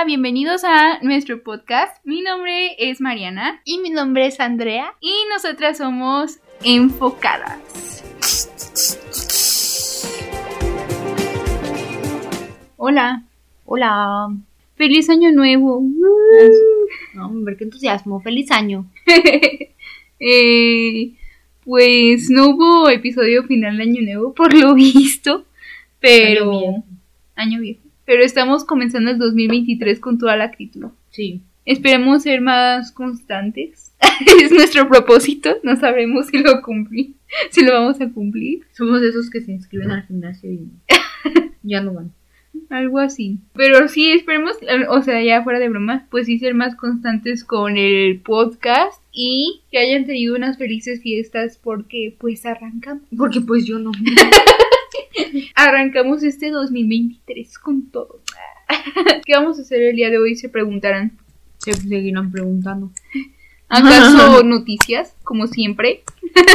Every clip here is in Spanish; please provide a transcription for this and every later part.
Hola, bienvenidos a nuestro podcast. Mi nombre es Mariana. Y mi nombre es Andrea. Y nosotras somos Enfocadas. Hola. Hola. ¡Feliz año nuevo! No, hombre, qué entusiasmo. ¡Feliz año! Pues no hubo episodio final de año nuevo, por lo visto. Pero... Año viejo. Pero estamos comenzando el 2023 con toda la actitud. Sí. Esperemos ser más constantes. Es nuestro propósito. No sabemos si lo vamos a cumplir. Somos esos que se inscriben al gimnasio y ya no van. Algo así. Pero sí, esperemos, o sea, ya fuera de broma, pues sí ser más constantes con el podcast y que hayan tenido unas felices fiestas porque pues arrancamos. Porque pues yo no. Arrancamos este 2023 con todo. ¿Qué vamos a hacer el día de hoy? Se preguntarán. Se seguirán preguntando. ¿Acaso noticias? Como siempre.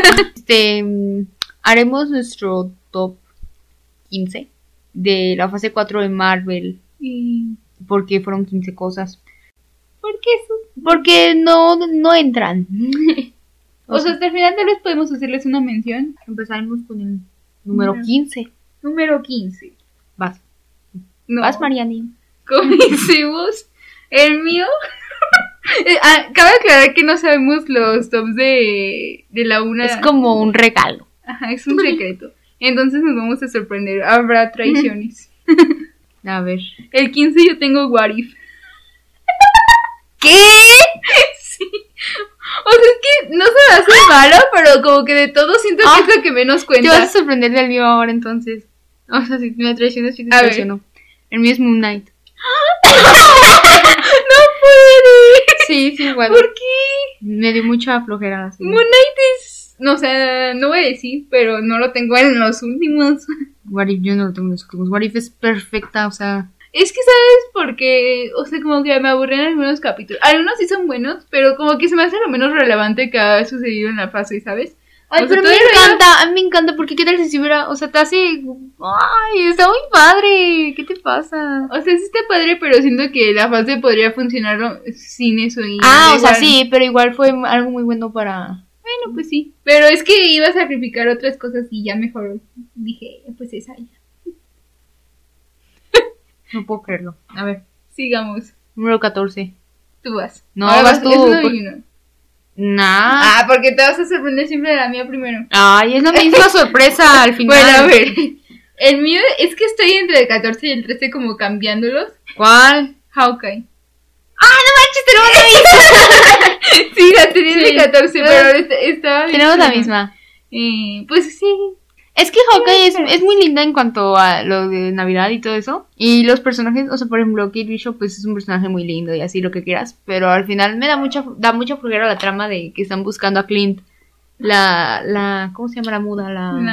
Haremos nuestro top 15 de la fase 4 de Marvel. Porque fueron 15 cosas. ¿Por qué eso? Porque no entran. O sea, hasta el final tal vez podemos hacerles una mención. Empezaremos con el número 15. Número 15. Vas. No. Vas, Mariani. Comencemos. El mío. Cabe aclarar que no sabemos los tops de la una. Es como un regalo. Ajá, es un secreto. Entonces nos vamos a sorprender. Habrá traiciones. A ver. El 15 yo tengo What If. ¿Qué? Sí. O sea, es que no se me hace malo, pero como que de todo siento que es lo que menos cuenta. Te vas a sorprender del mío ahora entonces. O sea, si me traicionas, sí te traiciono. El mío es Moon Knight. ¡No puede! Sí, bueno. ¿Por qué? Me dio mucha flojera. Sí. Moon Knight es... No, o sea, no voy a decir, pero no lo tengo en los últimos. What If yo no lo tengo en los últimos. What If es perfecta, o sea... Es que, ¿sabes? Porque, o sea, como que me aburren algunos capítulos. Algunos sí son buenos, pero como que se me hace lo menos relevante que ha sucedido en la fase, ¿sabes? Ay, o sea, pero a mí me encanta, porque qué tal si hubiera, o sea, te hace, ay, está muy padre, ¿qué te pasa? O sea, sí está padre, pero siento que la fase podría funcionar sin eso. Y o sea, sí, pero igual fue algo muy bueno para... Bueno, pues sí, pero es que iba a sacrificar otras cosas y ya mejor dije, pues esa ya. No puedo creerlo. A ver. Sigamos. Número 14. Tú vas. No, ahora vas tú. Nah. Porque te vas a sorprender siempre de la mía primero. Ay, es la misma sorpresa al final. Bueno, a ver. El mío es que estoy entre el 14 y el 13 como cambiándolos. ¿Cuál? Hawkeye. ¡Ah, no manches! Tenemos la misma. Sí, la tenía de 14, pero estaba bien. Tenemos la misma. Pues sí. Es que Hawkeye es muy linda en cuanto a lo de Navidad y todo eso. Y los personajes, o sea, por ejemplo, Kate Bishop pues es un personaje muy lindo y así lo que quieras. Pero al final me da mucha flojera la trama de que están buscando a Clint. ¿Cómo se llama la muda?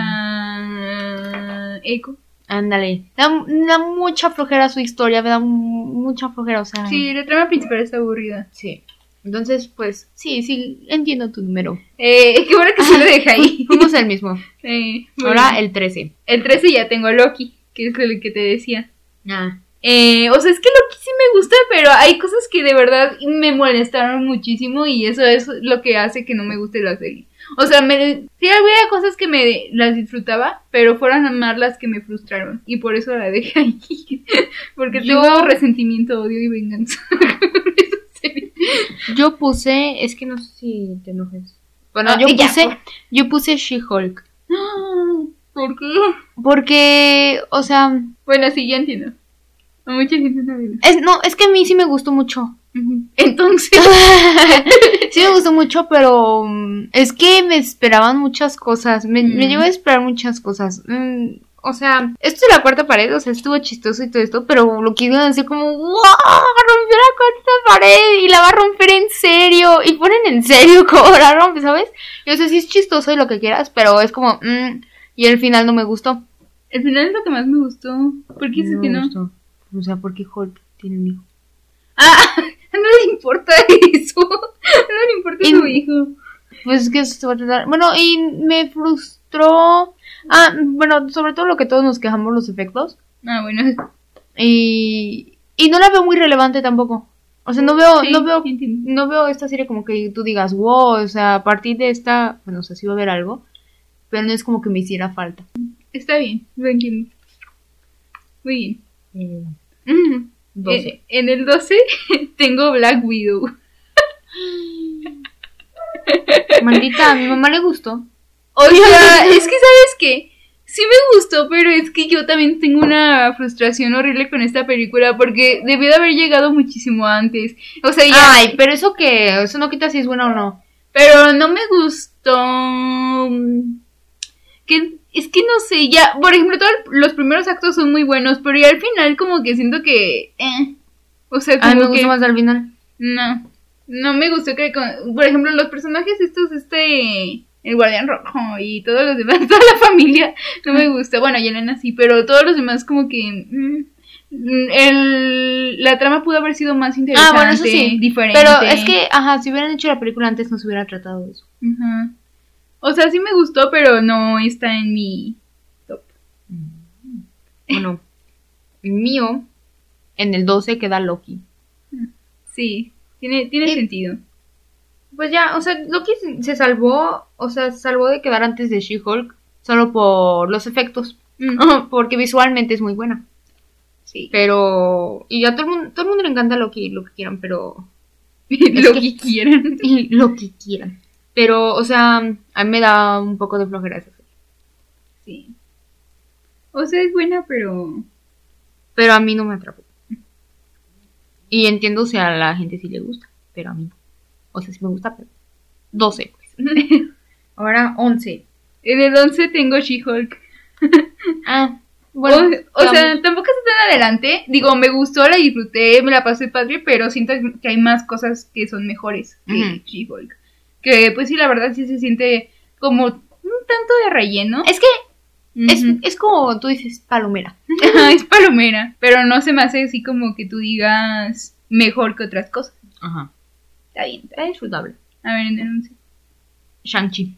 La Echo. Ándale. Me da mucha flojera su historia, me da mucha flojera, o sea. Sí, la trama principal está aburrida. Sí. Entonces, pues, sí, entiendo tu número. Qué bueno que se lo deja ahí. Fuimos el mismo. Ahora el 13. El 13 ya tengo Loki, que es el que te decía. O sea, es que Loki sí me gusta, pero hay cosas que de verdad me molestaron muchísimo y eso es lo que hace que no me guste la serie. O sea, sí había cosas que me las disfrutaba, pero fueron más las que me frustraron y por eso la dejé ahí. Porque tengo resentimiento, odio y venganza. Yo puse, es que no sé si te enojes. Bueno, yo puse She-Hulk. ¿Por qué? Porque, o sea... Bueno, sí, ya entiendo. A mucha gente no le gusta. Es que a mí sí me gustó mucho. Entonces... Sí me gustó mucho, pero... Es que me esperaban muchas cosas. Me llevó a esperar muchas cosas. O sea, esto es la cuarta pared, o sea, estuvo chistoso y todo esto, pero lo que iban a decir como, ¡wow! Rompió la cuarta pared y la va a romper en serio. Y ponen en serio cómo la rompe, ¿sabes? Y, o sea, sí es chistoso y lo que quieras, pero es como, y el final no me gustó. El final es lo que más me gustó. ¿Por qué dices que no? Gustó. O sea, porque Hulk tiene un hijo. No le importa eso. No le importa su hijo. Pues es que eso se va a tratar. Bueno, y me frustró. Bueno, sobre todo lo que todos nos quejamos, los efectos. Bueno. Y Y no la veo muy relevante tampoco. O sea, no veo, Sí, entiendo. no veo esta serie como que tú digas, wow, o sea, a partir de esta, bueno, o sea, sí va a haber algo, pero no es como que me hiciera falta. Está bien, lo entiendo. Muy bien. 12. En el 12 tengo Black Widow. Maldita, a mi mamá le gustó. O sea, es que ¿sabes qué? Sí me gustó, pero es que yo también tengo una frustración horrible con esta película porque debió de haber llegado muchísimo antes. O sea, ya... Ay, pero eso que, eso no quita si es buena o no. Pero no me gustó... Que, es que no sé, ya... Por ejemplo, todos los primeros actos son muy buenos, pero ya al final como que siento que... O sea, como Ay, me que... gustó más al final. No me gustó que... Por ejemplo, los personajes estos, el Guardián Rojo y todos los demás, toda la familia, no me gusta. Bueno, Yelena sí, pero todos los demás como que... la trama pudo haber sido más interesante, bueno, eso sí. diferente. Pero es que, ajá, si hubieran hecho la película antes no se hubiera tratado de eso. Ajá. O sea, sí me gustó, pero no está en mi top. Bueno, el mío, en el 12 queda Loki. Sí, tiene sentido. Pues ya, o sea, Loki se salvó, o sea, se salvó de quedar antes de She-Hulk solo por los efectos, porque visualmente es muy buena. Sí. Pero, y a todo el mundo le encanta Loki, lo que quieran, pero... Lo que quieran. Y lo que quieran. Pero, o sea, a mí me da un poco de flojera esa serie. Sí. O sea, es buena, pero... Pero a mí no me atrapó. Y entiendo si a la gente sí le gusta, pero a mí no. O sea, sí me gusta, pero... 12, pues. Ahora 11. En el 11 tengo She-Hulk. Bueno. O sea, tampoco está tan adelante. Digo, me gustó, la disfruté, me la pasé padre, pero siento que hay más cosas que son mejores que She-Hulk. Que pues sí, la verdad sí se siente como un tanto de relleno. Es que es como tú dices, palomera. Es palomera, pero no se me hace así como que tú digas mejor que otras cosas. Ajá. Está bien. Es disfrutable. A ver, en el 11. Shang-Chi.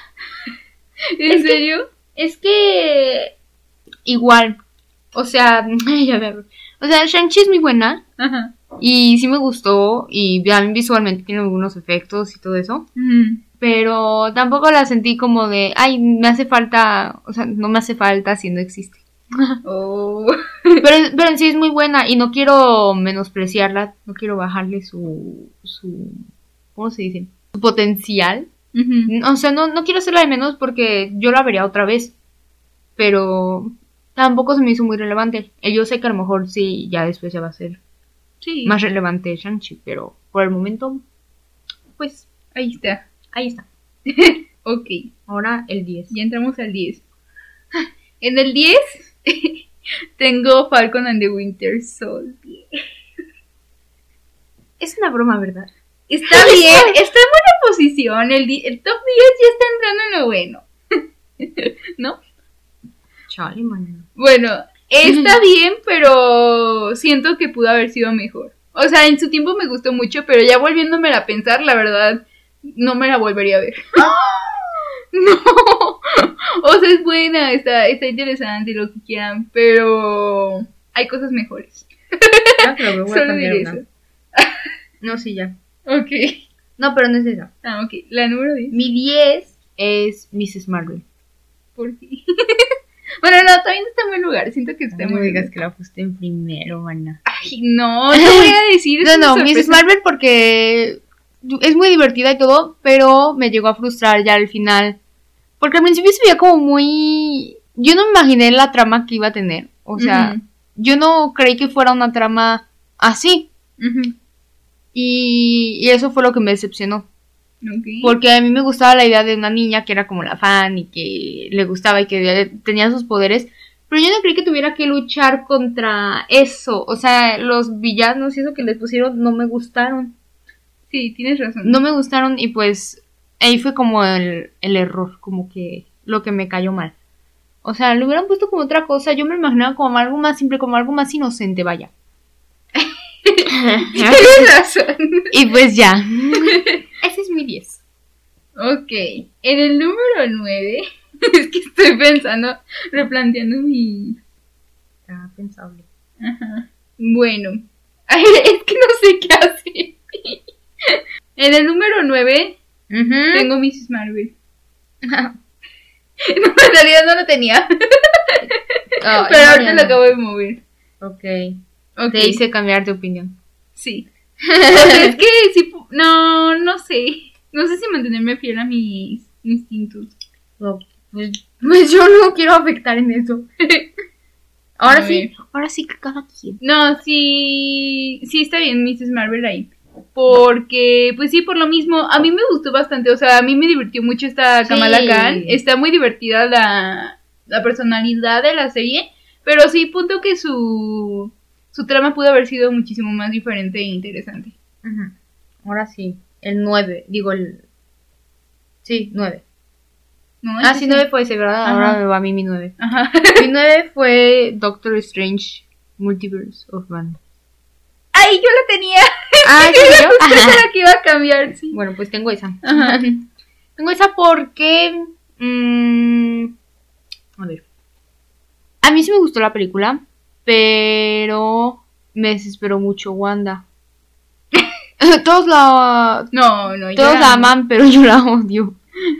¿En serio? Es que... Igual. O sea, ya veo. O sea, Shang-Chi es muy buena. Ajá. Y sí me gustó. Y también visualmente tiene algunos efectos y todo eso. Pero tampoco la sentí como de, ay, me hace falta. O sea, no me hace falta si no existe. Oh. Pero en sí es muy buena. Y no quiero menospreciarla. No quiero bajarle su ¿cómo se dice? Su potencial. O sea, no quiero hacerla de menos porque yo la vería otra vez. Pero tampoco se me hizo muy relevante. Yo sé que a lo mejor sí, ya después ya va a ser más relevante Shang-Chi, pero por el momento, pues Ahí está. ahí está. Ok, Ahora el 10. ya entramos al 10. En el 10 tengo Falcon and the Winter Soldier. Es una broma, ¿verdad? Está bien, está en buena posición. El top 10 ya está entrando en lo bueno. ¿No? Chale, man. Bueno, está bien, pero siento que pudo haber sido mejor. O sea, en su tiempo me gustó mucho, pero ya volviéndomela a pensar, la verdad, no me la volvería a ver. No. O sea, es buena, está interesante, lo que quieran, pero hay cosas mejores. Ya te lo voy a Solo cambiar diré una. eso. No, sí, ya. Ok. No, pero no es esa. Ok. La número 10. Mi 10 es Mrs. Marvel. ¿Por qué? Bueno, no, también está en buen lugar. Siento que está No muy me digas bien. que la puse en primero, mana. Ay, no voy a decir. es una No, sorpresa. Mrs. Marvel porque es muy divertida y todo, pero me llegó a frustrar ya al final. Porque al principio se veía como muy... Yo no me imaginé la trama que iba a tener. O sea, yo no creí que fuera una trama así. Y eso fue lo que me decepcionó. Okay. Porque a mí me gustaba la idea de una niña que era como la fan y que le gustaba y que tenía sus poderes. Pero yo no creí que tuviera que luchar contra eso. O sea, los villanos y eso que les pusieron no me gustaron. Sí, tienes razón. No me gustaron y pues ahí fue como el error, como que lo que me cayó mal. O sea, lo hubieran puesto como otra cosa. Yo me imaginaba como algo más simple, como algo más inocente, vaya. Tienes razón. Y pues ya. Ese es mi 10. Ok. En el número 9. Es que estoy pensando, replanteando mi... Está pensable. Ajá. Bueno, ay, es que no sé qué hacer. En el número 9 tengo Mrs. Marvel. No, en realidad no lo tenía. Pero ahorita lo acabo de mover. Okay. Te hice cambiar de opinión. Sí. O sea, es que sí, no sé. No sé si mantenerme fiel a mis instintos. No, pues yo no quiero afectar en eso. Ahora sí que cada quien. No, sí está bien Mrs. Marvel ahí. Porque, pues sí, por lo mismo, a mí me gustó bastante, o sea, a mí me divirtió mucho esta Kamala Khan, está muy divertida la personalidad de la serie, pero sí, punto que su trama pudo haber sido muchísimo más diferente e interesante. Ahora sí, el 9, Sí, 9. No, sí, 9 puede ser, ¿verdad? Ajá. Ahora me va a mí mi 9. Ajá. Mi 9 fue Doctor Strange, Multiverse of Madness. ¡Ay, yo la tenía! ¿Sí, yo? Justo esa la que iba a cambiar, sí. Bueno, pues tengo esa. Ajá. Tengo esa porque... a ver. A mí sí me gustó la película, pero me desesperó mucho Wanda. Todos la... No, todos la aman, pero yo la odio.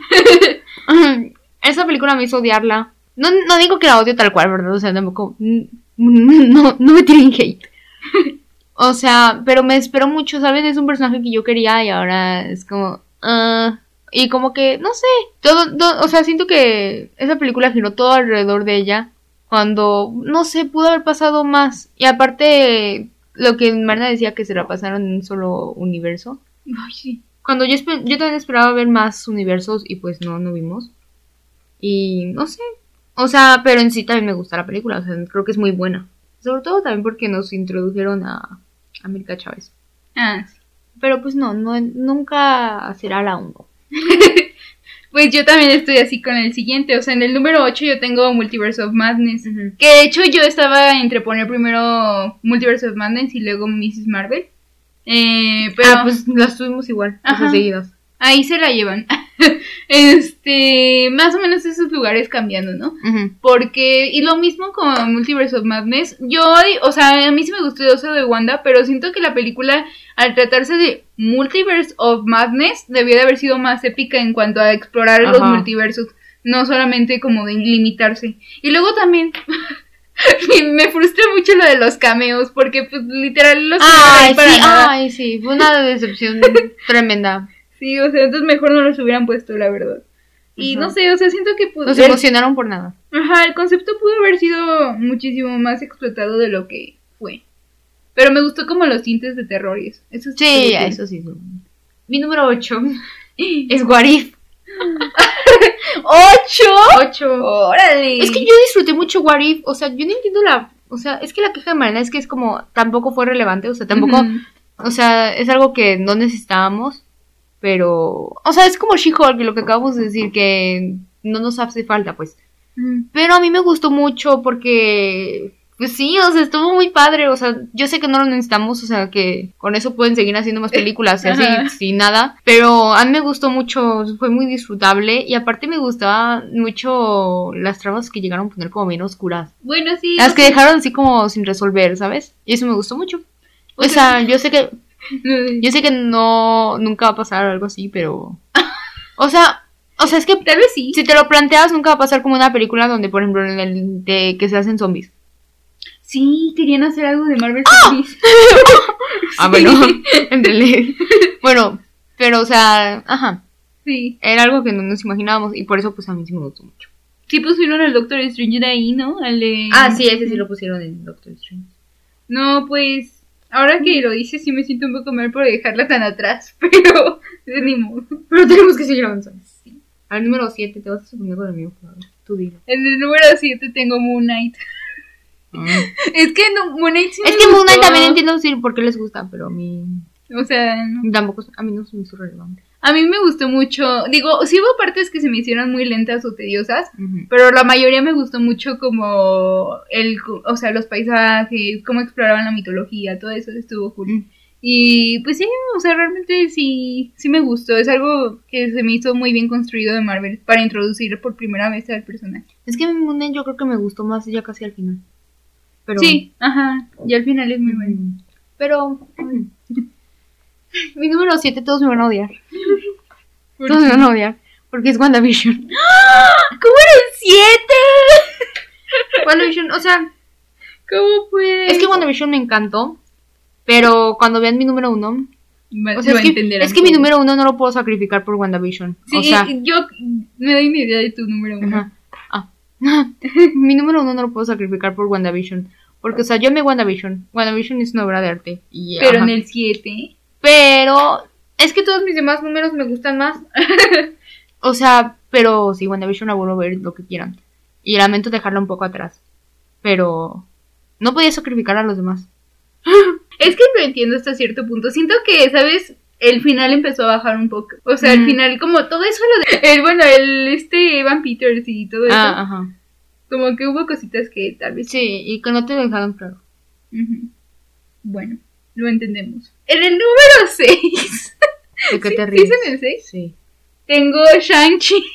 Esa película me hizo odiarla. No digo que la odio tal cual, ¿verdad? O sea, tampoco... No me tiren hate. O sea, pero me desesperó mucho, ¿sabes? Es un personaje que yo quería y ahora es como... y como que, no sé, todo, o sea, siento que esa película giró todo alrededor de ella. Cuando, no sé, pudo haber pasado más. Y aparte, lo que Marna decía que se la pasaron en un solo universo. Ay, sí. Cuando yo también esperaba ver más universos y pues no vimos. Y no sé. O sea, pero en sí también me gusta la película. O sea, creo que es muy buena. Sobre todo también porque nos introdujeron a América Chávez. Sí. Pero pues nunca será la 1. Pues yo también estoy así con el siguiente. O sea, en el número 8 yo tengo Multiverse of Madness. Que de hecho yo estaba entre poner primero Multiverse of Madness y luego Mrs. Marvel. Pero pues las tuvimos igual, esas seguidas. Ahí se la llevan. Más o menos esos lugares cambiando, ¿no? Porque, y lo mismo con Multiverse of Madness. O sea, a mí sí me gustó eso de Wanda, pero siento que la película, al tratarse de Multiverse of Madness, debió de haber sido más épica en cuanto a explorar los multiversos, no solamente como de limitarse. Y luego también... me frustra mucho lo de los cameos, porque pues literal los Ay, sí, fue una decepción tremenda. Sí, o sea, entonces mejor no los hubieran puesto, la verdad. Y no sé, o sea, siento que... Nos emocionaron por nada. El concepto pudo haber sido muchísimo más explotado de lo que fue. Pero me gustó como los tintes de terror y eso. Eso sí, eso sí. Mi número 8 es What If. ¿8? ¡Órale! Es que yo disfruté mucho What If. O sea, yo no entiendo o sea, es que la queja de Marina es que es como... Tampoco fue relevante, o sea, tampoco... O sea, es algo que no necesitábamos. Pero... O sea, es como She-Hulk, lo que acabamos de decir, que no nos hace falta, pues. Pero a mí me gustó mucho porque... Pues sí, o sea, estuvo muy padre. O sea, yo sé que no lo necesitamos, o sea, que con eso pueden seguir haciendo más películas y así, sin nada. Pero a mí me gustó mucho, fue muy disfrutable. Y aparte me gustaban mucho las tramas que llegaron a poner como bien oscuras. Bueno, sí. Las que dejaron así como sin resolver, ¿sabes? Y eso me gustó mucho. O sea, yo sé que nunca va a pasar algo así, pero... O sea, es que tal vez sí. Si te lo planteas, nunca va a pasar como una película donde, por ejemplo, de que se hacen zombies. Sí, querían hacer algo de Marvel Zombies. Bueno, bueno, pero, o sea, sí. Era algo que no nos imaginábamos y por eso, pues, a mí sí me gustó mucho. Sí pusieron al Doctor Strange de ahí, ¿no? Sí, ese sí lo pusieron en Doctor Strange. No, pues... Ahora que lo dices, sí me siento un poco mal por dejarla tan atrás, pero ni modo. Pero tenemos que seguir avanzando. Sí. Al número 7, te vas a sorprender con el mío, por favor. Tú dilo. En el número 7 tengo Moon Knight. Es que Moon Knight sí Es que Moon Knight también entiendo decir por qué les gusta, pero a mí... O sea, no. Tampoco, a mí no se me hizo relevante. A mí me gustó mucho, digo, sí hubo partes que se me hicieron muy lentas o tediosas, pero la mayoría me gustó mucho como o sea, los paisajes, cómo exploraban la mitología, todo eso estuvo cool. Y pues sí, o sea, realmente sí me gustó, es algo que se me hizo muy bien construido de Marvel para introducir por primera vez al personaje. Es que Moon Knight yo creo que me gustó más ya casi al final. Pero, Sí, ajá, y al final es muy bueno. Pero mi número 7 todos me van a odiar. ¿Por Todos qué? me van a odiar. Porque es WandaVision. ¿Cómo eres 7? WandaVision, o sea, ¿Cómo puedes? es que WandaVision me encantó. Pero cuando vean mi número 1, o sea, Lo es entenderán que mi todos. número 1 no lo puedo sacrificar por WandaVision. Sí, O sea, yo me doy una idea de tu número 1. ajá. Mi número 1 no lo puedo sacrificar por WandaVision. Porque, o sea, yo amé WandaVision. WandaVision es una obra de arte. Y, Pero ajá. en el 7. Pero es que todos mis demás números me gustan más. O sea, pero sí, WandaVision la vuelvo a ver lo que quieran. Y lamento dejarla un poco atrás. Pero no podía sacrificar a los demás. Es que lo entiendo hasta cierto punto. Siento que, ¿sabes? El final empezó a bajar un poco. O sea, al final, como todo eso lo de... Evan Peters y todo eso. Ajá. Como que hubo cositas que tal vez... Sí, y que no te dejaron claro. Ujú. Bueno, lo entendemos. En el número 6. ¿De qué te ¿Sí ríes? es en el 6? Sí. Tengo Shang-Chi.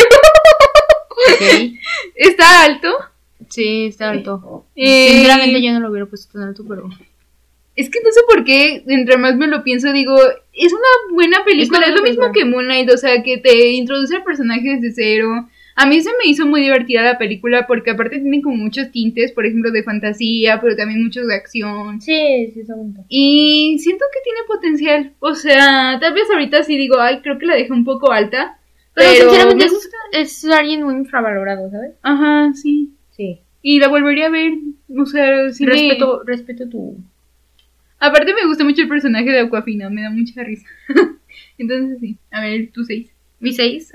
Ok. Está alto. Sí, está alto. Eh, Sinceramente yo no lo hubiera puesto tan alto, pero... Es que no sé por qué, entre más me lo pienso, digo, es una buena película, Es es una lo mismo buena que Moon Knight, o sea, que te introduce al personaje desde cero. A mí se me hizo muy divertida la película porque aparte tiene como muchos tintes, por ejemplo, de fantasía, pero también muchos de acción. Sí, está bonito. Y siento que tiene potencial, o sea, tal vez ahorita sí digo, ay, creo que la dejé un poco alta, Pero sinceramente me gusta. es alguien muy infravalorado, ¿sabes? Ajá, sí. Sí. Y la volvería a ver, o sea, sí Respeto tu... Aparte me gusta mucho el personaje de Aquafina, me da mucha risa. Entonces sí, a ver, tú 6. Mi 6.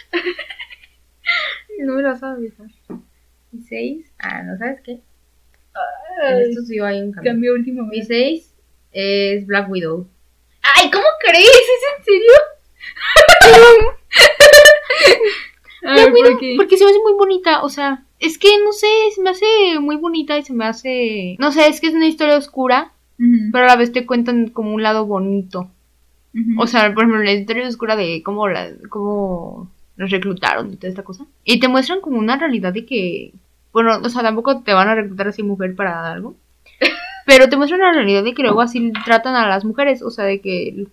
No me lo vas a avisar. Mi 6. ¿No sabes qué? En esto sí hay un cambio. Cambio último. Mi 6 es Black Widow. Ay, ¿cómo crees? ¿Es en serio? A ver, Black Widow, ¿por qué? porque se me hace muy bonita, o sea, es que no sé, se me hace muy bonita y se me hace... No sé, es que es una historia oscura, Ujú, pero a la vez te cuentan como un lado bonito. ujú. O sea, por ejemplo, la historia oscura de cómo los reclutaron y toda esta cosa. Y te muestran como una realidad de que, bueno, o sea, tampoco te van a reclutar así mujer para algo. Pero te muestran la realidad de que luego así tratan a las mujeres, o sea, de que...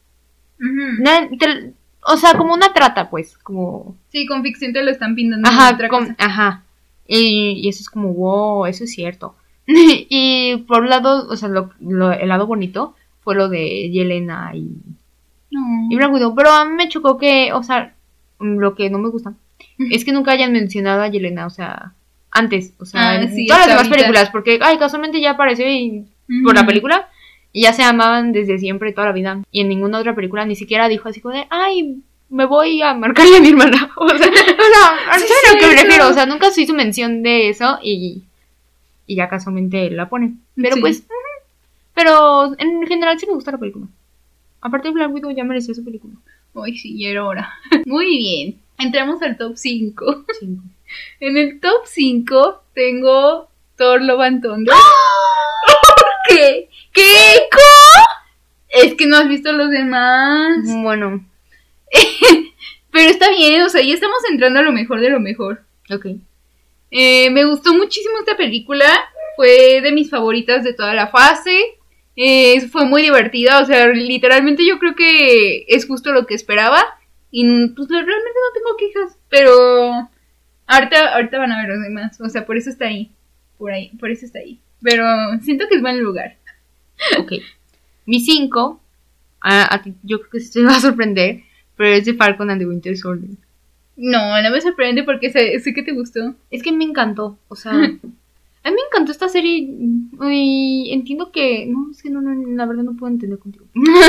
Ujú. o sea, como una trata, pues, como... Sí, con ficción te lo están pintando. Ajá, otra cosa. ajá. Y eso es como, wow, eso es cierto. Y por un lado, o sea, el lado bonito fue lo de Yelena No. y Black Widow. Pero a mí me chocó que, o sea, lo que no me gusta es que nunca hayan mencionado a Yelena, o sea, antes, o sea, en sí, todas las hasta demás ahorita. películas, porque, ay, casualmente ya apareció por la Ujú. película y ya se amaban desde siempre, toda la vida. Y en ninguna otra película ni siquiera dijo así como de, ay, me voy a marcarle a mi hermana. O sea, ¿sabes a lo que me cierto. refiero? O sea, nunca se hizo mención de eso y ya casualmente la ponen. Pero Sí. pues, pero en general sí me gusta la película. Aparte Black Widow ya mereció su película. Ay, sí, ya era hora. Muy bien. Entramos al top 5. 5. En el top 5 tengo Thor Love and Thunder. ¿Qué? ¿Qué? ¿Cómo? Es que no has visto los demás. Bueno, Pero está bien, o sea, ya estamos entrando a lo mejor de lo mejor. ok. Me gustó muchísimo esta película. Fue de mis favoritas de toda la fase. Fue muy divertida, o sea, literalmente yo creo que es justo lo que esperaba. Y pues realmente no tengo quejas. Pero ahorita van a ver los demás. O sea, por eso está ahí. Por eso está ahí. Pero siento que es buen lugar. Ok. Mi 5, a ti yo creo que sí te va a sorprender, pero es de Falcon and the Winter Soldier. No me sorprende porque sé que te gustó. Es que me encantó, o sea, a mí me encantó esta serie y entiendo que, no, es que no, la verdad no puedo entender contigo.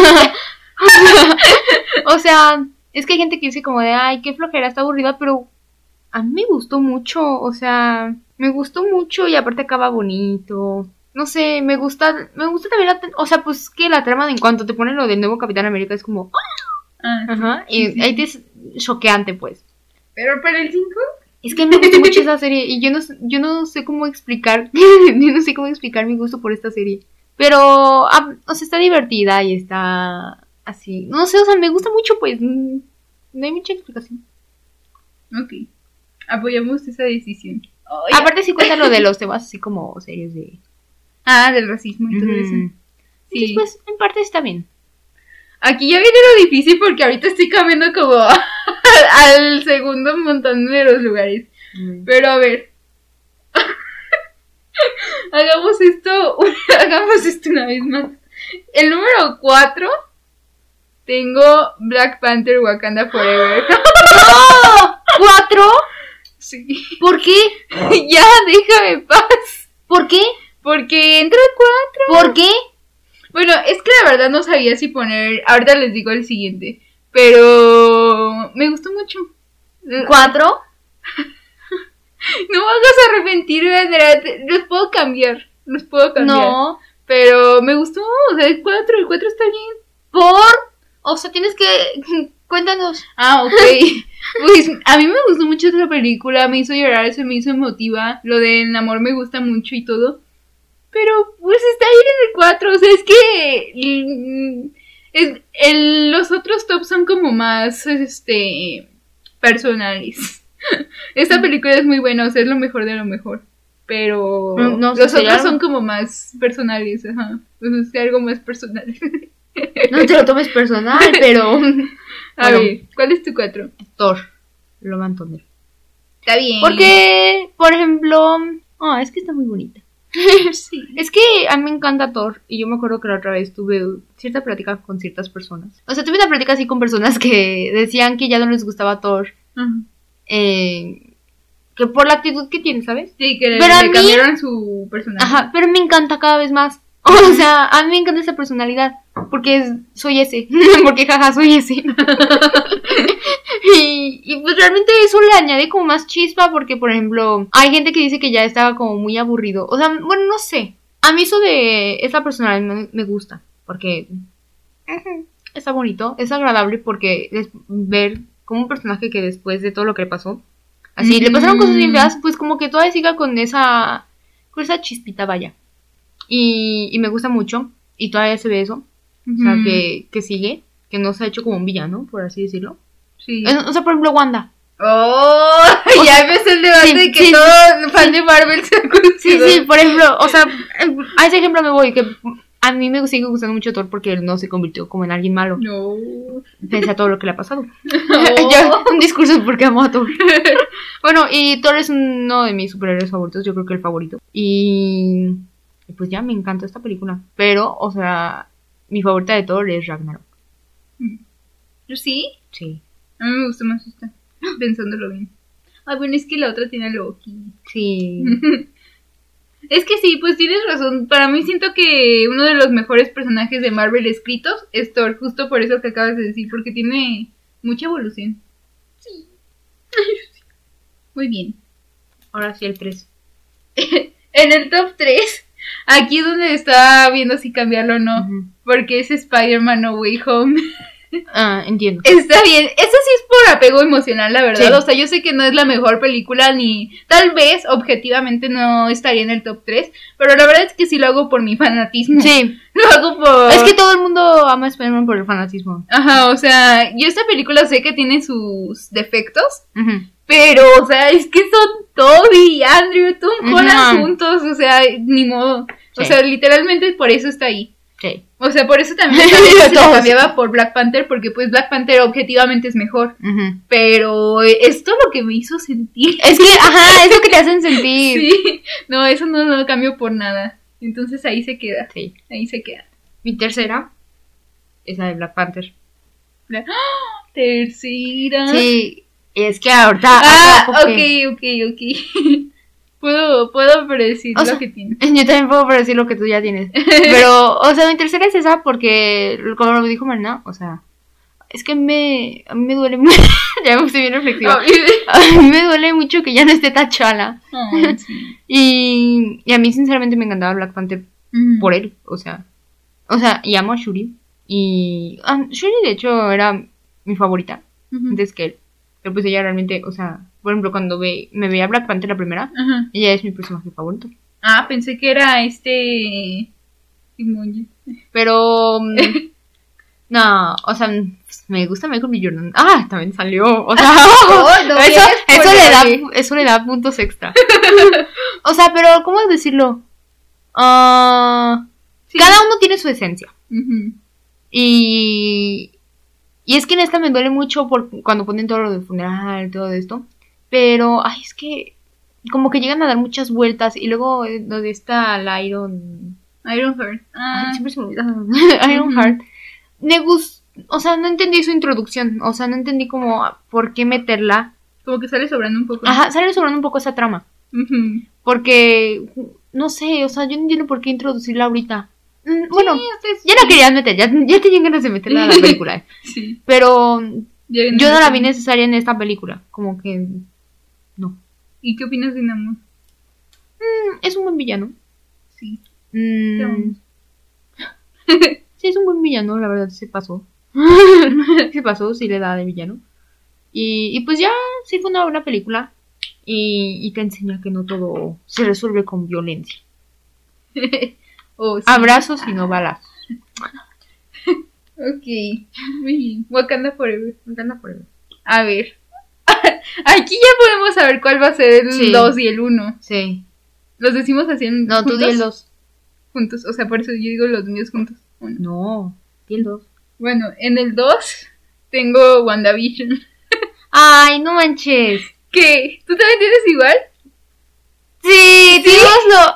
O sea, es que hay gente que dice como de, ay, qué flojera, está aburrida, pero a mí me gustó mucho, o sea, me gustó mucho y aparte acaba bonito. No sé, me gusta también o sea, pues que la trama en cuanto te ponen lo del nuevo Capitán América es como, ajá, y sí. ahí te es choqueante, pues. Pero para el 5... Es que me gustó mucho esa serie y yo no sé cómo explicar, yo no sé cómo explicar mi gusto por esta serie. Pero, o sea, está divertida y está así. No sé, o sea, me gusta mucho, pues, no hay mucha explicación. Ok, apoyamos esa decisión. Ay, Aparte sí cuenta lo de los temas así como serios de... del racismo y todo eso. Sí. Entonces, pues, en parte está bien. Aquí ya viene lo difícil porque ahorita estoy cambiando como al segundo montón de los lugares. Pero a ver. hagamos esto una vez más. El número 4 tengo Black Panther Wakanda Forever. ¡No! ¿4? Sí. ¿Por qué? Ya, déjame en paz. ¿Por qué? Porque entra el 4. ¿Por qué? Bueno, es que la verdad no sabía si poner. Ahorita les digo el siguiente. Pero me gustó mucho. 4. No me hagas arrepentir, Andrea. Los puedo cambiar. No. Pero me gustó. O sea, el 4 está bien. ¿Por? O sea, tienes que... Cuéntanos. Ah, ok. Pues a mí me gustó mucho esta película. Me hizo llorar, se me hizo emotiva. Lo del amor me gusta mucho y todo. Pero pues está bien en el 4. O sea, es que los otros tops son como más personales. Esta película es muy buena, o sea, es lo mejor de lo mejor. Pero No, los otros son como más personales, ajá. Pues es algo más personal. No te lo tomes personal, pero... A ver, ¿cuál es tu 4? Thor. Lo van a entender. Está bien. Porque, por ejemplo... es que está muy bonita. Sí. Es que a mí me encanta Thor. Y yo me acuerdo que la otra vez tuve cierta plática con ciertas personas. O sea, tuve una plática así con personas que decían que ya no les gustaba Thor. Ajá. Que por la actitud que tiene, ¿sabes? Sí, que Pero a le mí- cambiaron su personaje. Ajá, pero me encanta cada vez más. O sea, a mí me encanta esa personalidad. Porque soy ese. Porque jaja, soy ese. y pues realmente eso le añade como más chispa. Porque, por ejemplo, hay gente que dice que ya estaba como muy aburrido. O sea, bueno, no sé. A mí eso de esa personalidad me gusta. Porque está bonito, es agradable. Porque es ver como un personaje que después de todo lo que le pasó, así le pasaron cosas bien feas, pues como que todavía siga con esa chispita, vaya. Y me gusta mucho. Y todavía se ve eso. O sea, que sigue. Que no se ha hecho como un villano, por así decirlo. Sí. O sea, por ejemplo, Wanda. Oh, ya empezó el debate sí, de que sí, todo fan de Marvel se Sí, sí, por ejemplo, o sea, a ese ejemplo me voy. Que a mí me sigue gustando mucho Thor porque él no se convirtió como en alguien malo. No. Pese a todo lo que le ha pasado. No. Ya, un discurso porque amo a Thor. Bueno, y Thor es uno de mis superhéroes favoritos. Yo creo que el favorito. Y pues ya me encantó esta película. Pero, o sea, mi favorita de Thor es Ragnarok. ¿Sí? Sí. A mí me gustó más esta, pensándolo bien. Ay, bueno, es que la otra tiene a Loki. Sí. Es que sí, pues tienes razón. Para mí siento que uno de los mejores personajes de Marvel escritos es Thor, justo por eso que acabas de decir, porque tiene mucha evolución. Sí. Muy bien. Ahora sí el 3. En el top 3, aquí es donde estaba viendo si cambiarlo o no, porque es Spider-Man No Way Home. Entiendo. Está bien, eso sí es por apego emocional, la verdad. Sí. O sea, yo sé que no es la mejor película, ni tal vez objetivamente no estaría en el top 3, pero la verdad es que sí lo hago por mi fanatismo. Sí. Lo hago por... Es que todo el mundo ama a Spider-Man por el fanatismo. Ajá, o sea, yo esta película sé que tiene sus defectos, Ujú. pero, o sea, es que son Toby, Andrew, Tom Holland Ujú. juntos, o sea, ni modo. O Sí. sea, literalmente por eso está ahí. Sí. O sea, por eso también se la Todos. cambiaba por Black Panther, porque pues Black Panther objetivamente es mejor. Ujú. Pero esto es lo que me hizo sentir. Es que, ajá, es lo que te hacen sentir. Sí, no, eso no lo cambio por nada. Entonces ahí se queda, Sí. ahí se queda. Mi tercera es la de Black Panther. ¡Ah! Tercera. Sí, es que ahorita... Ah, acá, porque ok. Puedo predecir O sea, lo que tiene. Yo también puedo predecir lo que tú ya tienes. Pero, o sea, mi tercera es esa porque, como lo dijo Marina, o sea, es que a mí me duele mucho. Ya me estoy bien reflexiva. A mí me duele mucho que ya no esté T'Challa. Ay, sí. Y a mí, sinceramente, me encantaba Black Panther por él. O sea, y amo a Shuri. Y Shuri, de hecho, era mi favorita antes que él. Pero pues ella realmente, o sea, por ejemplo, cuando me veía Black Panther la primera, Ajá. ella es mi personaje favorito. Ah, pensé que era Emoji. Pero No, o sea, me gusta Michael B. Jordan. Ah, también salió. O sea, no, eso le da puntos extra. O sea, pero ¿cómo decirlo? Sí. Cada uno tiene su esencia. Ujú. Y es que en esta me duele mucho cuando ponen todo lo del funeral, todo esto. Pero, ay, es que como que llegan a dar muchas vueltas. Y luego donde está la Ironheart. Ay, siempre se me olvida. Ironheart. Me gustó, o sea, no entendí su introducción. O sea, no entendí como por qué meterla. Como que sale sobrando un poco. Ajá, sale sobrando un poco esa trama. Ujú. Porque, no sé, o sea, yo no entiendo por qué introducirla ahorita. Bueno, Sí, ya la querían meter, ya tenían ganas de meterla a la película. Sí. Pero Ya yo no la vi necesaria en esta película. Como que, no. ¿Y qué opinas de Namor? Es un buen villano. Sí. Mm, sí, es un buen villano, la verdad, se pasó. Se pasó, sí le da de villano. Y pues ya, sí fue una buena película. Y te enseña que no todo se resuelve con violencia. Oh, sí. Abrazos y no balas. Ok. Muy bien. Wakanda Forever. Me encanta por él. A ver. Aquí ya podemos saber cuál va a ser el Sí. 2 y el 1. Sí. ¿Los decimos así en No, tú juntos? di el 2. Juntos. O sea, por eso yo digo los míos juntos. Bueno, No, di el 2. Bueno, en el 2 tengo WandaVision. Ay, no manches. ¿Qué? ¿Tú también tienes igual? Sí, digámoslo.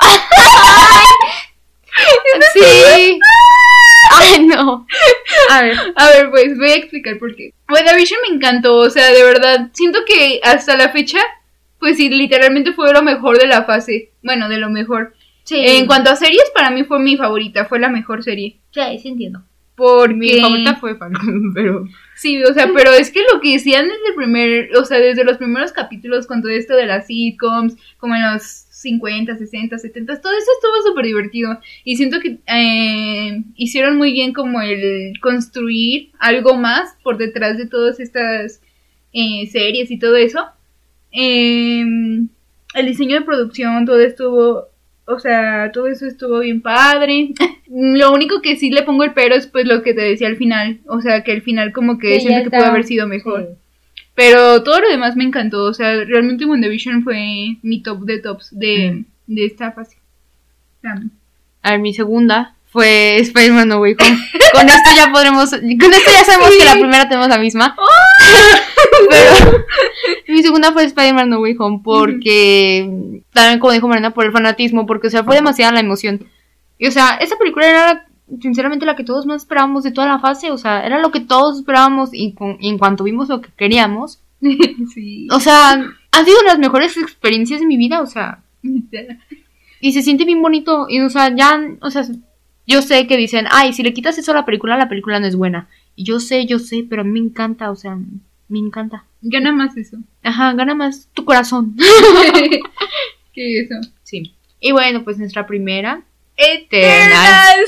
Sí. Ay, no. A ver. A ver, pues voy a explicar por qué. WandaVision me encantó, o sea, de verdad, siento que hasta la fecha, pues sí, literalmente fue lo mejor de la fase. Bueno, de lo mejor. Sí. En cuanto a series, para mí fue mi favorita, fue la mejor serie. Sí, entiendo. Porque... Mi favorita fue Falcon, pero... Sí, o sea, pero es que lo que decían desde los primeros capítulos con todo esto de las sitcoms, como en los 50, 60, 70, todo eso estuvo súper divertido. Y siento que hicieron muy bien como el construir algo más por detrás de todas estas series y todo eso. El diseño de producción, todo estuvo... O sea, todo eso estuvo bien padre. Lo único que sí le pongo el pero es pues lo que te decía al final. O sea, que el final como que Sí, siento ya que está. pudo haber sido mejor. Sí. Pero todo lo demás me encantó. O sea, realmente WandaVision fue mi top de tops de esta fase. A ver, mi segunda fue Spider-Man No Way Home. Con esto ya sabemos Sí. que la primera tenemos la misma. Pero mi segunda fue Spider-Man No Way Home porque, también como dijo Marina, por el fanatismo, porque, o sea, fue demasiada la emoción. Y, o sea, esa película era, sinceramente, la que todos más esperábamos de toda la fase. O sea, era lo que todos esperábamos y en cuanto vimos lo que queríamos. Sí. O sea, han sido las mejores experiencias de mi vida, o sea... Y se siente bien bonito. Y, o sea, yo sé que dicen, ay, si le quitas eso a la película no es buena. Y yo sé, pero a mí me encanta, o sea, me encanta. Gana más eso. Ajá, gana más tu corazón. ¿Qué eso? Sí. Y bueno, pues nuestra primera. Eternals.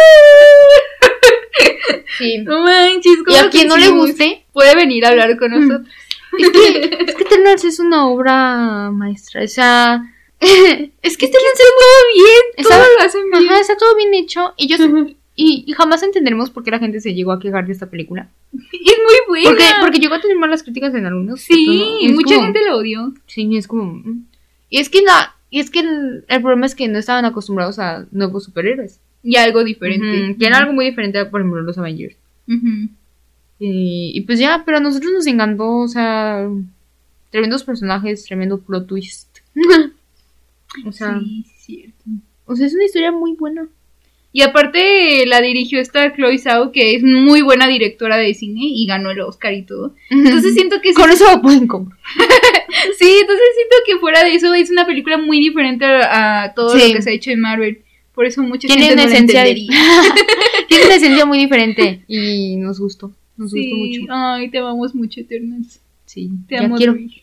Sí. No manches, Y a quien no le guste, puede venir a hablar con nosotros. es que Eternals es una obra maestra. O sea, es que Eternals es todo bien. Todo lo hacen bien. Ajá, está todo bien hecho. Y yo sé, y jamás entenderemos por qué la gente se llegó a quejar de esta película. Y es muy buena. Porque llegó a tener malas críticas en algunos. Sí, Es mucha como- gente la odió. Sí, es como... Y es que el problema es que no estaban acostumbrados a nuevos superhéroes. Y algo diferente. Ujú, que era algo muy diferente a, por ejemplo, los Avengers. Ujú. Y pues ya, pero a nosotros nos encantó, o sea... Tremendos personajes, tremendo plot twist. O sea... Sí, es cierto. O sea, es una historia muy buena. Y aparte la dirigió esta Chloe Zhao, que es muy buena directora de cine y ganó el Oscar y todo. Entonces siento que sí, Con eso lo pueden comprar. sí, entonces siento que fuera de eso es una película muy diferente a todo Sí. lo que se ha hecho en Marvel. Por eso mucha Tiene gente una no la esencia entendería. Tiene una esencia muy diferente. Y nos gustó. Nos Sí, gustó mucho. ay, te amamos mucho, Eternals. Sí, Te ya amo. quiero. Rui.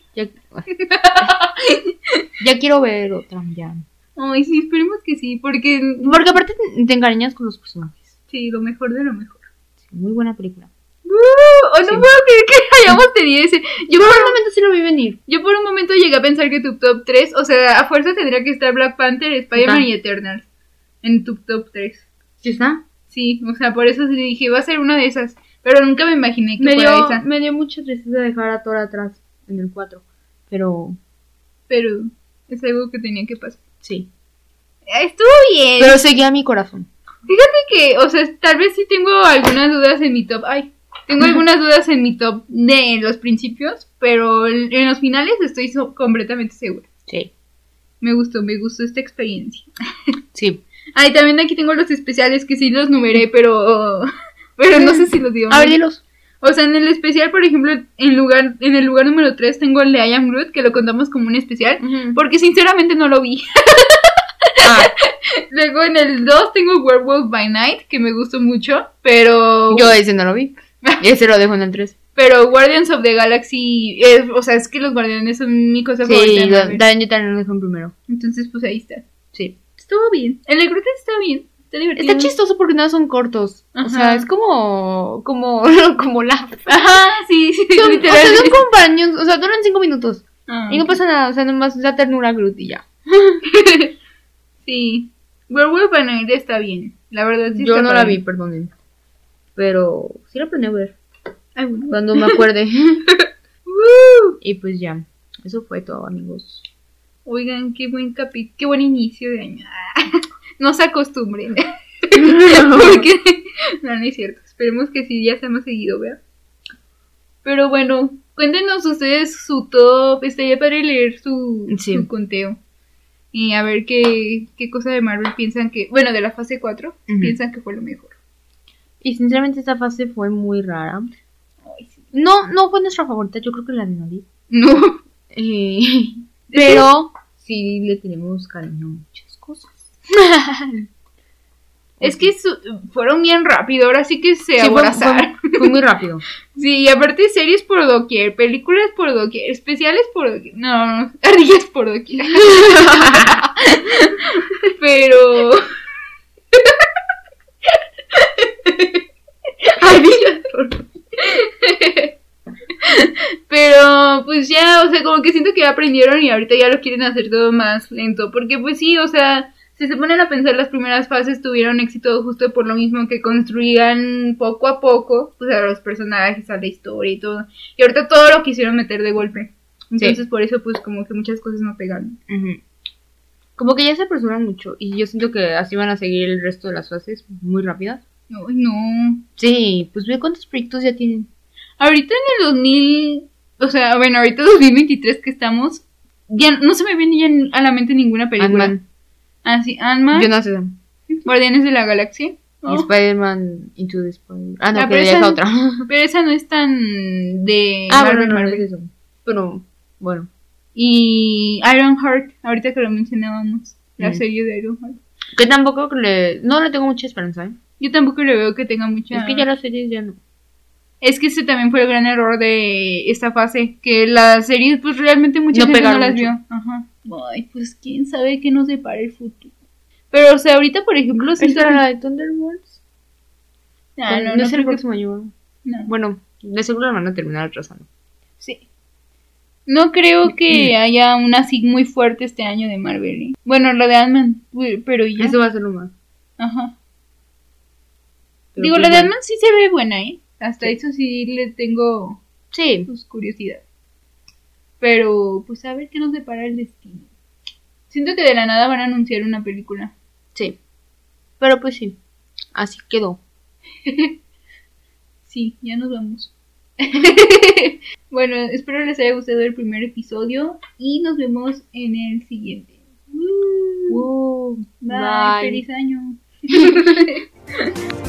Ya quiero ver otra, ya. Ay, sí, esperemos que sí, porque Porque aparte te encariñas con los personajes. sí, lo mejor de lo mejor. Sí, muy buena película. Oh, no Sí. puedo creer que hayamos tenido ese. Yo por un momento sí lo vi venir. Yo por un momento llegué a pensar que tu top 3, o sea, a fuerza tendría que estar Black Panther, Spider-Man Ajá. y Eternals en tu top 3. ¿Sí está? Sí, o sea, por eso sí dije, va a ser una de esas. Pero nunca me imaginé que fuera esa. Me dio mucha tristeza dejar a Thor atrás en el 4. Pero es algo que tenía que pasar. sí. Estuvo bien. Pero seguía mi corazón. Fíjate que, o sea, tal vez sí tengo algunas dudas en mi top. Tengo algunas dudas en mi top de los principios, pero en los finales estoy completamente segura. Sí. Me gustó esta experiencia. Sí. También aquí tengo los especiales que sí los numeré, pero no sé si los digo. A ver, dilos. O sea, en el especial, por ejemplo, en el lugar número 3 tengo el de I Am Groot, que lo contamos como un especial, porque sinceramente no lo vi. Luego en el 2 tengo Werewolf by Night, que me gustó mucho, pero... Yo ese no lo vi. Ese lo dejo en el 3. Pero Guardians of the Galaxy, o sea, es que los Guardianes son mi cosa favorita. Sí, yo también lo dejo en primero. Entonces, pues ahí está. Sí. Estuvo bien. El de Groot está bien. Está divertido. Está chistoso porque nada son cortos. Ajá. O sea, es como la... Ajá, sí, Son, literal. o sea, son compañeros, o sea, duran 5 minutos. Ah. Y no pasa nada, o sea, nomás da ternura a Groot y ya. Sí. Werewolf by Night está bien. La verdad sí. Yo no la vi, perdonen. Pero sí la aprendí a ver. Ay, bueno. Cuando me acuerde. Y pues ya. Eso fue todo, amigos. Oigan, qué buen inicio de año. No se acostumbren. Porque no es cierto. Esperemos que sí, ya sea más seguido, ¿verdad? Pero bueno, cuéntenos ustedes su top. Estaría para leer su conteo. Y a ver qué cosa de Marvel piensan que... Bueno, de la fase 4, piensan que fue lo mejor. Y sinceramente esta fase fue muy rara. Ay, sí. No fue nuestra favorita, yo creo que la de Noli. No. Pero sí le tenemos cariño a muchas cosas. Es que fueron bien rápido, ahora sí que se aborazaron. Fue muy rápido. Sí, y aparte series por doquier, películas por doquier, especiales por doquier. No, ardillas por doquier. Pero... ardillas por doquier. Pero pues ya, o sea, como que siento que ya aprendieron y ahorita ya lo quieren hacer todo más lento. Porque pues sí, o sea... Si se ponen a pensar, las primeras fases tuvieron éxito justo por lo mismo que construían poco a poco, pues a los personajes, a la historia y todo. Y ahorita todo lo quisieron meter de golpe. Entonces por eso pues como que muchas cosas no pegaron. Como que ya se apresuran mucho y yo siento que así van a seguir el resto de las fases muy rápidas. Ay, no. Sí, pues ve cuántos proyectos ya tienen. Ahorita en el 2000, o sea, bueno, ahorita 2023 que estamos, ya no se me viene ya a la mente ninguna película. Ant-Man. Ah, sí, Ant-Man. Yo no sé. Guardianes de la Galaxia. Y Spider-Man Into the Spider... Ah, no, Ah, pero pero ya es esa- otra. Pero esa no es tan de Bueno, no Marvel. es eso. Pero, bueno. Y Ironheart, ahorita que lo mencionábamos, la serie de Ironheart. Que tampoco no le tengo mucha esperanza, ¿eh? Yo tampoco le veo que tenga mucha... Es que ya las series ya no. Es que ese también fue el gran error de esta fase, que las series pues realmente mucha No gente no pegaron las mucho. vio. Ajá. Ay, pues quién sabe qué nos depara el futuro. Pero, o sea, ahorita, por ejemplo, siento ¿Esta era que- la de Thunderbolts? Ah, no no es el creo que- próximo año. No. Bueno, de seguro la van a terminar atrasando. Sí. No creo que haya una así muy fuerte este año de Marvel. ¿Eh? Bueno, lo de Ant-Man, pero ya. Eso va a ser lo más. Ajá. Pero Digo, pues la de bueno. Ant-Man sí se ve buena, ¿eh? Hasta eso sí le tengo Sí. pues, curiosidad. Pero, pues a ver qué nos depara el destino. Siento que de la nada van a anunciar una película. Sí. Pero pues sí. Así quedó. Sí, ya nos vamos. Bueno, espero les haya gustado el primer episodio y nos vemos en el siguiente. Bye. Bye. Feliz año.